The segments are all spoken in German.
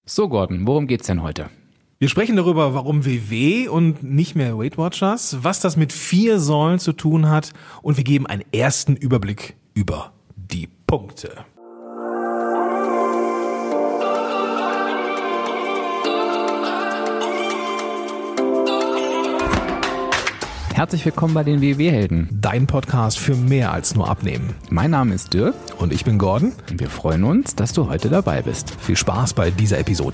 So Gordon, worum geht's denn heute? Wir sprechen darüber, warum WW und nicht mehr Weight Watchers, was das mit 4 Säulen zu tun hat und wir geben einen ersten Überblick über die Punkte. Herzlich willkommen bei den WW-Helden. Dein Podcast für mehr als nur Abnehmen. Mein Name ist Dirk. Und ich bin Gordon. Und wir freuen uns, dass du heute dabei bist. Viel Spaß bei dieser Episode.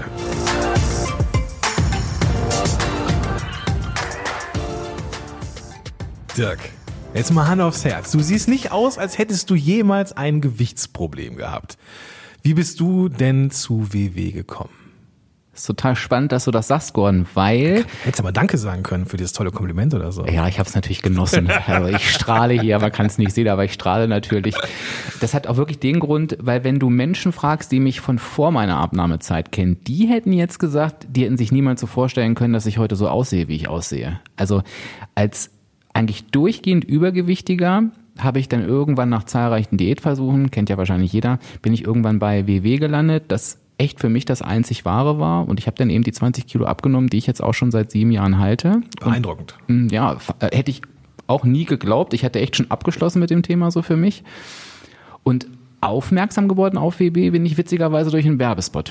Dirk, jetzt mal Hand aufs Herz. Du siehst nicht aus, als hättest du jemals ein Gewichtsproblem gehabt. Wie bist du denn zu WW gekommen? Das ist total spannend, dass du das sagst, Gordon, weil... Hättest du mal Danke sagen können für dieses tolle Kompliment oder so. Ja, ich habe es natürlich genossen. Also ich strahle hier, man kann es nicht sehen, aber ich strahle natürlich. Das hat auch wirklich den Grund, weil wenn du Menschen fragst, die mich von vor meiner Abnahmezeit kennen, die hätten jetzt gesagt, die hätten sich niemals so vorstellen können, dass ich heute so aussehe, wie ich aussehe. Also als eigentlich durchgehend Übergewichtiger habe ich dann irgendwann nach zahlreichen Diätversuchen, kennt ja wahrscheinlich jeder, bin ich irgendwann bei WW gelandet, das echt für mich das einzig Wahre war. Und ich habe dann eben die 20 Kilo abgenommen, die ich jetzt auch schon seit 7 Jahren halte. Beeindruckend. Und, ja, hätte ich auch nie geglaubt. Ich hatte echt schon abgeschlossen mit dem Thema so für mich. Und aufmerksam geworden auf WW bin ich witzigerweise durch einen Werbespot.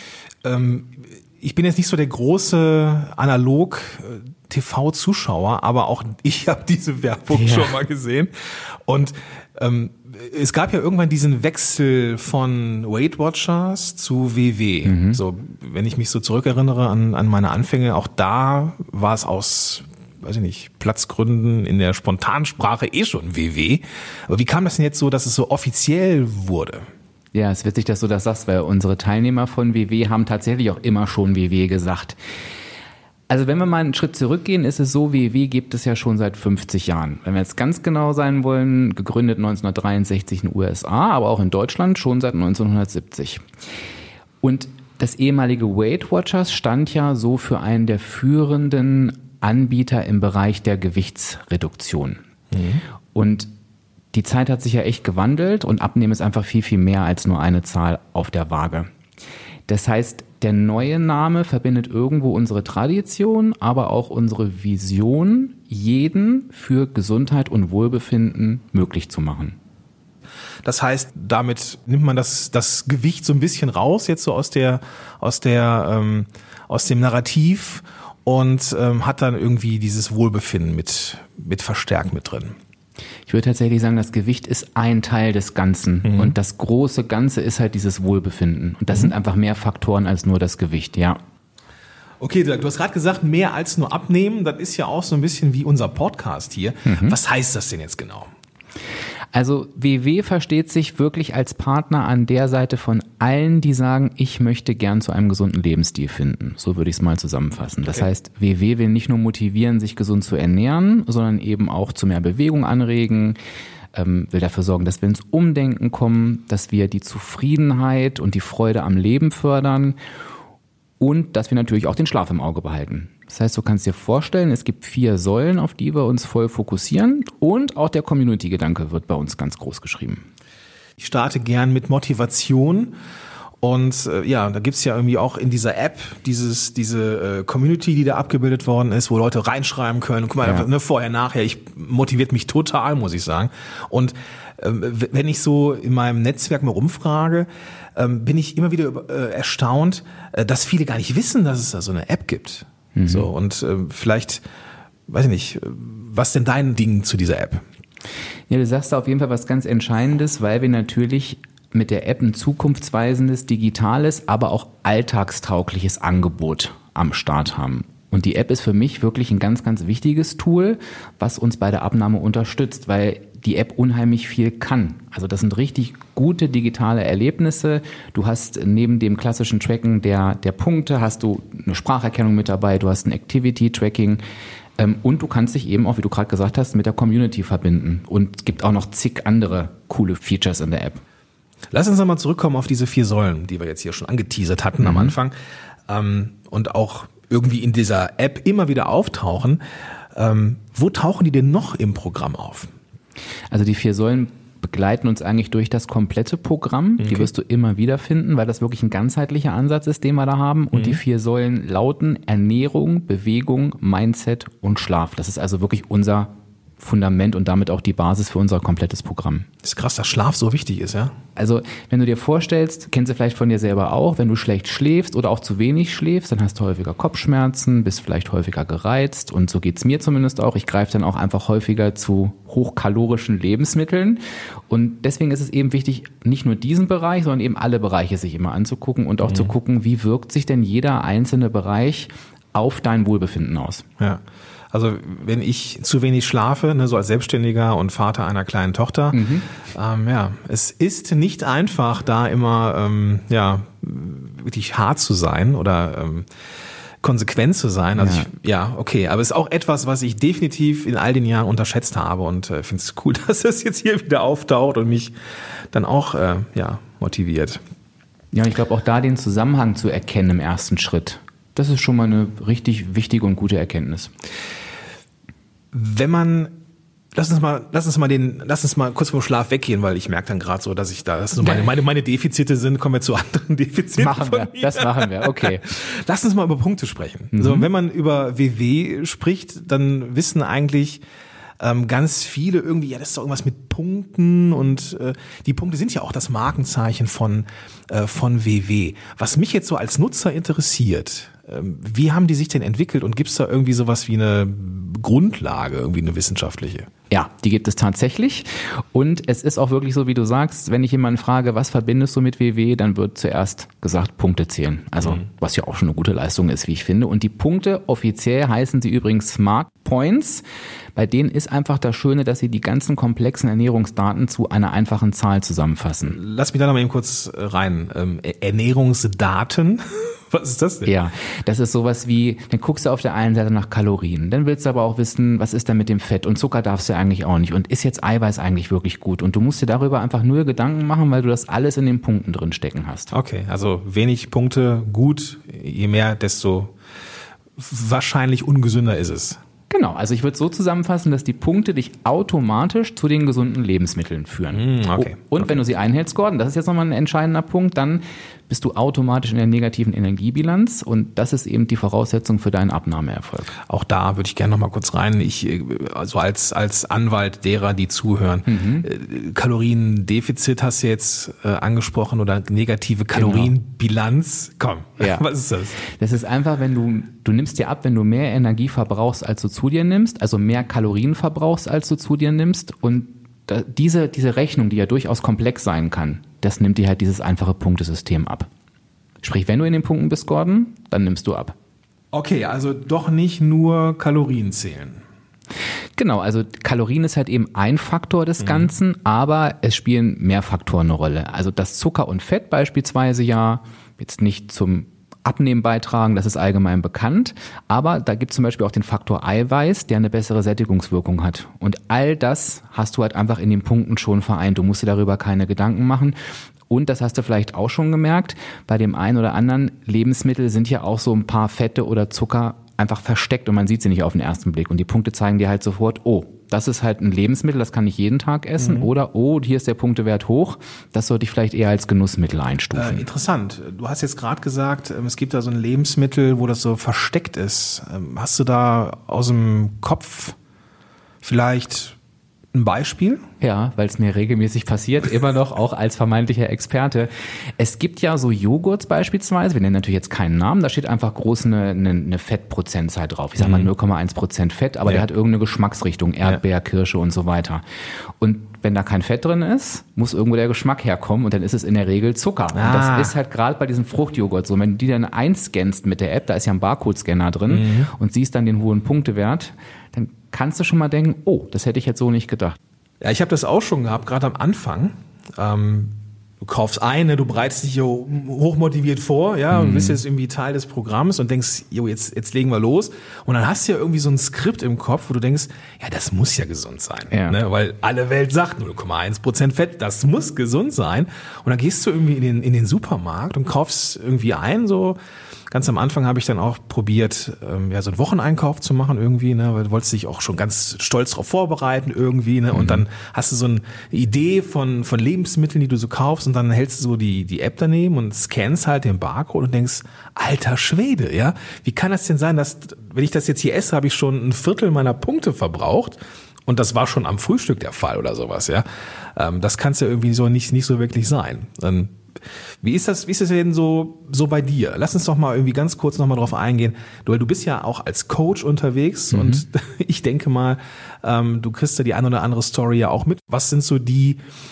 Ich bin jetzt nicht so der große Analog-TV-Zuschauer, aber auch ich habe diese Werbung schon mal gesehen. Und es gab ja irgendwann diesen Wechsel von Weight Watchers zu WW. So, wenn ich mich so zurückerinnere an meine Anfänge, auch da war es aus, weiß ich nicht, Platzgründen in der Spontansprache schon WW. Aber wie kam das denn jetzt so, dass es so offiziell wurde? Ja, es ist witzig, dass du das sagst, weil unsere Teilnehmer von WW haben tatsächlich auch immer schon WW gesagt. Also wenn wir mal einen Schritt zurückgehen, ist es so, WW gibt es ja schon seit 50 Jahren. Wenn wir jetzt ganz genau sein wollen, gegründet 1963 in den USA, aber auch in Deutschland schon seit 1970. Und das ehemalige Weight Watchers stand ja so für einen der führenden Anbieter im Bereich der Gewichtsreduktion. Und die Zeit hat sich ja echt gewandelt und Abnehmen ist einfach viel, viel mehr als nur eine Zahl auf der Waage. Das heißt, der neue Name verbindet irgendwo unsere Tradition, aber auch unsere Vision, jeden für Gesundheit und Wohlbefinden möglich zu machen. Das heißt, damit nimmt man das Gewicht so ein bisschen raus, jetzt so aus dem Narrativ und hat dann irgendwie dieses Wohlbefinden mit verstärkt mit drin. Ich würde tatsächlich sagen, das Gewicht ist ein Teil des Ganzen und das große Ganze ist halt dieses Wohlbefinden. Und das sind einfach mehr Faktoren als nur das Gewicht, ja. Okay, Dirk, du hast gerade gesagt, mehr als nur abnehmen, das ist ja auch so ein bisschen wie unser Podcast hier. Was heißt das denn jetzt genau? Also WW versteht sich wirklich als Partner an der Seite von allen, die sagen, ich möchte gern zu einem gesunden Lebensstil finden. So würde ich es mal zusammenfassen. Das heißt, WW will nicht nur motivieren, sich gesund zu ernähren, sondern eben auch zu mehr Bewegung anregen, will dafür sorgen, dass wir ins Umdenken kommen, dass wir die Zufriedenheit und die Freude am Leben fördern und dass wir natürlich auch den Schlaf im Auge behalten. Das heißt, du kannst dir vorstellen, es gibt 4 Säulen, auf die wir uns voll fokussieren und auch der Community-Gedanke wird bei uns ganz groß geschrieben. Ich starte gern mit Motivation und da gibt's ja irgendwie auch in dieser App diese Community, die da abgebildet worden ist, wo Leute reinschreiben können. Guck mal, vorher, nachher, motiviert mich total, muss ich sagen. Und wenn ich so in meinem Netzwerk mal rumfrage, bin ich immer wieder erstaunt, dass viele gar nicht wissen, dass es da so eine App gibt. So, und vielleicht, weiß ich nicht, was denn dein Ding zu dieser App? Ja, du sagst da auf jeden Fall was ganz Entscheidendes, weil wir natürlich mit der App ein zukunftsweisendes, digitales, aber auch alltagstaugliches Angebot am Start haben. Und die App ist für mich wirklich ein ganz, ganz wichtiges Tool, was uns bei der Abnahme unterstützt, weil die App unheimlich viel kann. Also das sind richtig gute digitale Erlebnisse. Du hast neben dem klassischen Tracken der Punkte, hast du eine Spracherkennung mit dabei, du hast ein Activity-Tracking und du kannst dich eben auch, wie du gerade gesagt hast, mit der Community verbinden. Und es gibt auch noch zig andere coole Features in der App. Lass uns nochmal zurückkommen auf diese 4 Säulen, die wir jetzt hier schon angeteasert hatten am Anfang und auch irgendwie in dieser App immer wieder auftauchen. Wo tauchen die denn noch im Programm auf? Also die 4 Säulen begleiten uns eigentlich durch das komplette Programm. Die wirst du immer wieder finden, weil das wirklich ein ganzheitlicher Ansatz ist, den wir da haben. Und die 4 Säulen lauten Ernährung, Bewegung, Mindset und Schlaf. Das ist also wirklich unser Fundament und damit auch die Basis für unser komplettes Programm. Das ist krass, dass Schlaf so wichtig ist, ja? Also, wenn du dir vorstellst, kennst du vielleicht von dir selber auch, wenn du schlecht schläfst oder auch zu wenig schläfst, dann hast du häufiger Kopfschmerzen, bist vielleicht häufiger gereizt und so geht's mir zumindest auch. Ich greife dann auch einfach häufiger zu hochkalorischen Lebensmitteln und deswegen ist es eben wichtig, nicht nur diesen Bereich, sondern eben alle Bereiche sich immer anzugucken und auch zu gucken, wie wirkt sich denn jeder einzelne Bereich auf dein Wohlbefinden aus. Ja. Also wenn ich zu wenig schlafe, ne, so als Selbstständiger und Vater einer kleinen Tochter, es ist nicht einfach, da immer wirklich hart zu sein oder konsequent zu sein. Also aber es ist auch etwas, was ich definitiv in all den Jahren unterschätzt habe und finde es cool, dass es jetzt hier wieder auftaucht und mich dann auch motiviert. Ja, ich glaube auch da den Zusammenhang zu erkennen im ersten Schritt. Das ist schon mal eine richtig wichtige und gute Erkenntnis. Wenn man, lass uns mal kurz vom Schlaf weggehen, weil ich merke dann gerade so, dass das so meine Defizite sind. Kommen wir zu anderen Defiziten Das machen wir, okay. Lass uns mal über Punkte sprechen. Also wenn man über WW spricht, dann wissen eigentlich ganz viele irgendwie, das ist doch irgendwas mit Punkten und die Punkte sind ja auch das Markenzeichen von WW. Was mich jetzt so als Nutzer interessiert, wie haben die sich denn entwickelt und gibt es da irgendwie sowas wie eine Grundlage, irgendwie eine wissenschaftliche? Ja, die gibt es tatsächlich und es ist auch wirklich so, wie du sagst, wenn ich jemanden frage, was verbindest du mit WW, dann wird zuerst gesagt, Punkte zählen. Also was ja auch schon eine gute Leistung ist, wie ich finde. Und die Punkte, offiziell heißen sie übrigens Smart Points. Bei denen ist einfach das Schöne, dass sie die ganzen komplexen Ernährungsdaten zu einer einfachen Zahl zusammenfassen. Lass mich da noch mal eben kurz rein. Ernährungsdaten? Was ist das denn? Ja, das ist sowas wie, dann guckst du auf der einen Seite nach Kalorien, dann willst du aber auch wissen, was ist denn mit dem Fett und Zucker darfst du eigentlich auch nicht und ist jetzt Eiweiß eigentlich wirklich gut und du musst dir darüber einfach nur Gedanken machen, weil du das alles in den Punkten drin stecken hast. Okay, also wenig Punkte gut, je mehr, desto wahrscheinlich ungesünder ist es. Genau, also ich würde so zusammenfassen, dass die Punkte dich automatisch zu den gesunden Lebensmitteln führen. Und wenn du sie einhältst, Gordon, das ist jetzt nochmal ein entscheidender Punkt, dann bist du automatisch in der negativen Energiebilanz und das ist eben die Voraussetzung für deinen Abnahmeerfolg. Auch da würde ich gerne noch mal kurz rein. Also als Anwalt derer, die zuhören, Kaloriendefizit hast du jetzt angesprochen oder negative Kalorienbilanz. Komm, was ist das? Das ist einfach, wenn du nimmst dir ab, wenn du mehr Energie verbrauchst, als du zu dir nimmst, also mehr Kalorien verbrauchst, als du zu dir nimmst und diese Rechnung, die ja durchaus komplex sein kann, das nimmt dir halt dieses einfache Punktesystem ab. Sprich, wenn du in den Punkten bist, Gordon, dann nimmst du ab. Okay, also doch nicht nur Kalorien zählen. Genau, also Kalorien ist halt eben ein Faktor des Ganzen, aber es spielen mehr Faktoren eine Rolle. Also das Zucker und Fett beispielsweise ja jetzt nicht zum Abnehmen beitragen, das ist allgemein bekannt, aber da gibt es zum Beispiel auch den Faktor Eiweiß, der eine bessere Sättigungswirkung hat und all das hast du halt einfach in den Punkten schon vereint, du musst dir darüber keine Gedanken machen und das hast du vielleicht auch schon gemerkt, bei dem einen oder anderen Lebensmittel sind ja auch so ein paar Fette oder Zucker einfach versteckt und man sieht sie nicht auf den ersten Blick und die Punkte zeigen dir halt sofort, oh, das ist halt ein Lebensmittel, das kann ich jeden Tag essen oder oh, hier ist der Punktewert hoch, das sollte ich vielleicht eher als Genussmittel einstufen. Interessant. Du hast jetzt gerade gesagt, es gibt da so ein Lebensmittel, wo das so versteckt ist. Hast du da aus dem Kopf vielleicht ein Beispiel? Ja, weil es mir regelmäßig passiert, immer noch auch als vermeintlicher Experte. Es gibt ja so Joghurts beispielsweise, wir nennen natürlich jetzt keinen Namen, da steht einfach groß eine Fettprozentzahl drauf. Ich sag mal 0,1% Fett, aber der hat irgendeine Geschmacksrichtung, Erdbeer, Kirsche und so weiter. Und wenn da kein Fett drin ist, muss irgendwo der Geschmack herkommen und dann ist es in der Regel Zucker. Und das ist halt gerade bei diesem Fruchtjoghurt so. Wenn du die dann einscannst mit der App, da ist ja ein Barcode-Scanner drin und siehst dann den hohen Punktewert, dann kannst du schon mal denken, oh, das hätte ich jetzt so nicht gedacht. Ja, ich habe das auch schon gehabt, gerade am Anfang. Du kaufst eine, du bereitest dich hochmotiviert vor, ja, und bist jetzt irgendwie Teil des Programms und denkst, jetzt legen wir los. Und dann hast du ja irgendwie so ein Skript im Kopf, wo du denkst, ja, das muss ja gesund sein, ne? Weil alle Welt sagt 0,1% Fett, das muss gesund sein. Und dann gehst du irgendwie in den Supermarkt und kaufst irgendwie ein, so, Ganz am Anfang habe ich dann auch probiert, so einen Wocheneinkauf zu machen irgendwie, ne, weil du wolltest dich auch schon ganz stolz darauf vorbereiten irgendwie, ne, und dann hast du so eine Idee von Lebensmitteln, die du so kaufst, und dann hältst du so die App daneben und scannst halt den Barcode und denkst, alter Schwede, ja, wie kann das denn sein, dass, wenn ich das jetzt hier esse, habe ich schon ein Viertel meiner Punkte verbraucht? Und das war schon am Frühstück der Fall oder sowas, ja. Das kann es ja irgendwie so nicht so wirklich sein. Wie ist das denn so bei dir? Lass uns doch mal irgendwie ganz kurz nochmal drauf eingehen. Du bist ja auch als Coach unterwegs und ich denke mal, du kriegst ja die ein oder andere Story ja auch mit. Was sind so die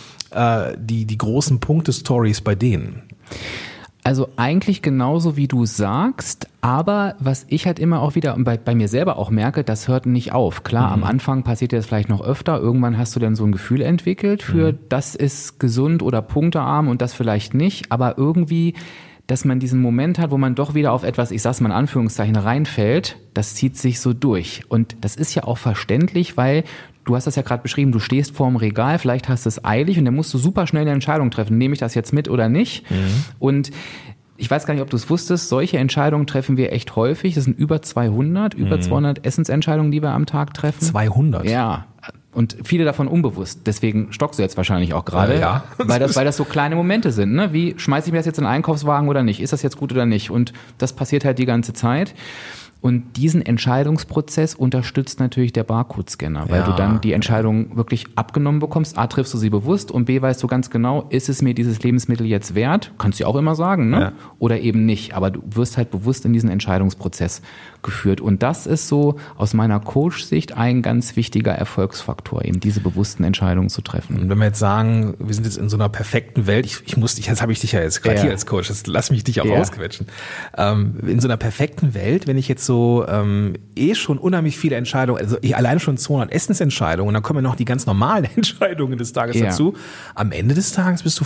großen Punkte-Stories bei denen? Also eigentlich genauso, wie du sagst, aber was ich halt immer auch wieder bei mir selber auch merke, das hört nicht auf. Klar, am Anfang passiert dir das vielleicht noch öfter, irgendwann hast du dann so ein Gefühl entwickelt für das ist gesund oder punktearm und das vielleicht nicht, aber irgendwie, dass man diesen Moment hat, wo man doch wieder auf etwas, ich sag's mal in Anführungszeichen, reinfällt, das zieht sich so durch. Und das ist ja auch verständlich, weil du hast das ja gerade beschrieben, du stehst vorm Regal, vielleicht hast du es eilig und dann musst du super schnell eine Entscheidung treffen, nehme ich das jetzt mit oder nicht? Und ich weiß gar nicht, ob du es wusstest, solche Entscheidungen treffen wir echt häufig. Das sind über 200 Essensentscheidungen, die wir am Tag treffen. 200? Ja, und viele davon unbewusst. Deswegen stockst du jetzt wahrscheinlich auch gerade, ja. weil das so kleine Momente sind. Ne? Wie schmeiße ich mir das jetzt in den Einkaufswagen oder nicht? Ist das jetzt gut oder nicht? Und das passiert halt die ganze Zeit. Und diesen Entscheidungsprozess unterstützt natürlich der Barcode-Scanner, weil du dann die Entscheidung wirklich abgenommen bekommst. A, triffst du sie bewusst und B, weißt du ganz genau, ist es mir dieses Lebensmittel jetzt wert? Kannst du ja auch immer sagen, ne? Ja. Oder eben nicht. Aber du wirst halt bewusst in diesen Entscheidungsprozess geführt. Und das ist so aus meiner Coach-Sicht ein ganz wichtiger Erfolgsfaktor, eben diese bewussten Entscheidungen zu treffen. Und wenn wir jetzt sagen, wir sind jetzt in so einer perfekten Welt, jetzt habe ich dich ja jetzt gerade hier als Coach, jetzt lass mich dich auch ausquetschen. In so einer perfekten Welt, wenn ich jetzt so schon unheimlich viele Entscheidungen, also alleine schon 200 Essensentscheidungen und dann kommen ja noch die ganz normalen Entscheidungen des Tages dazu. Am Ende des Tages bist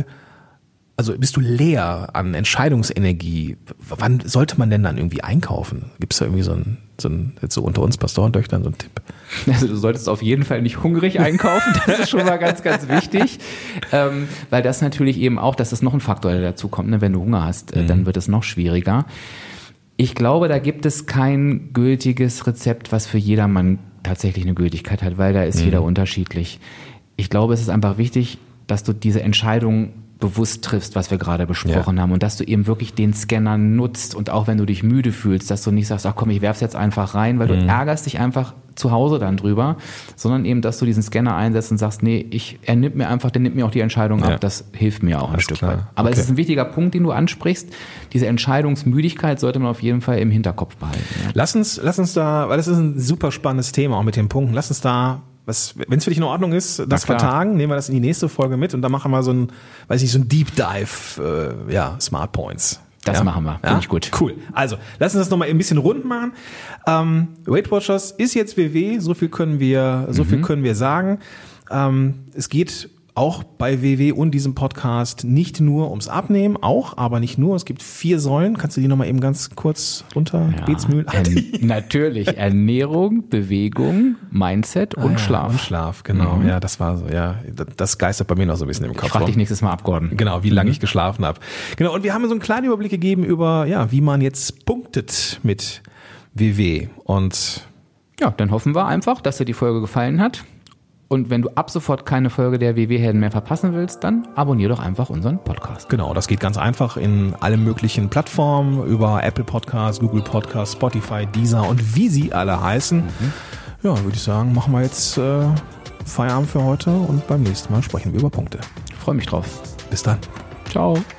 du leer an Entscheidungsenergie. Wann sollte man denn dann irgendwie einkaufen? Gibt es da irgendwie so ein jetzt so unter uns Pastorentöchtern so einen Tipp? Also du solltest auf jeden Fall nicht hungrig einkaufen, das ist schon mal ganz, ganz wichtig, weil das natürlich eben auch, das ist noch ein Faktor, der dazu kommt, ne? Wenn du Hunger hast, dann wird es noch schwieriger. Ich glaube, da gibt es kein gültiges Rezept, was für jedermann tatsächlich eine Gültigkeit hat, weil da ist jeder unterschiedlich. Ich glaube, es ist einfach wichtig, dass du diese Entscheidung bewusst triffst, was wir gerade besprochen haben und dass du eben wirklich den Scanner nutzt und auch wenn du dich müde fühlst, dass du nicht sagst, ach komm, ich werf's jetzt einfach rein, weil du ärgerst dich einfach zu Hause dann drüber, sondern eben, dass du diesen Scanner einsetzt und sagst, nee, der nimmt mir auch die Entscheidung ab, das hilft mir auch ein Stück weit. Aber es ist ein wichtiger Punkt, den du ansprichst, diese Entscheidungsmüdigkeit sollte man auf jeden Fall im Hinterkopf behalten. Ja. Lass uns da, weil das ist ein super spannendes Thema auch mit den Punkten, lass uns da, wenn es für dich in Ordnung ist, das vertagen, nehmen wir das in die nächste Folge mit und dann machen wir so ein Deep Dive, Smart Points. Das machen wir. Finde ich gut. Cool. Also, lass uns das nochmal ein bisschen rund machen. Weight Watchers ist jetzt WW, so viel können wir sagen. Es geht auch bei WW und diesem Podcast nicht nur ums Abnehmen, aber nicht nur. Es gibt 4 Säulen. Kannst du die nochmal eben ganz kurz runterbetsmühlen? Natürlich. Ernährung, Bewegung, Mindset und Schlaf. Und Schlaf, genau. Ja, das war so, das geistert bei mir noch so ein bisschen im Kopf. Ich frage dich nächstes Mal ab, Gordon. Genau, wie lange ich geschlafen habe. Genau, und wir haben so einen kleinen Überblick gegeben über, wie man jetzt punktet mit WW. Und dann hoffen wir einfach, dass dir die Folge gefallen hat. Und wenn du ab sofort keine Folge der WW-Helden mehr verpassen willst, dann abonnier doch einfach unseren Podcast. Genau, das geht ganz einfach in allen möglichen Plattformen, über Apple Podcasts, Google Podcasts, Spotify, Deezer und wie sie alle heißen. Ja, würde ich sagen, machen wir jetzt Feierabend für heute und beim nächsten Mal sprechen wir über Punkte. Ich freue mich drauf. Bis dann. Ciao.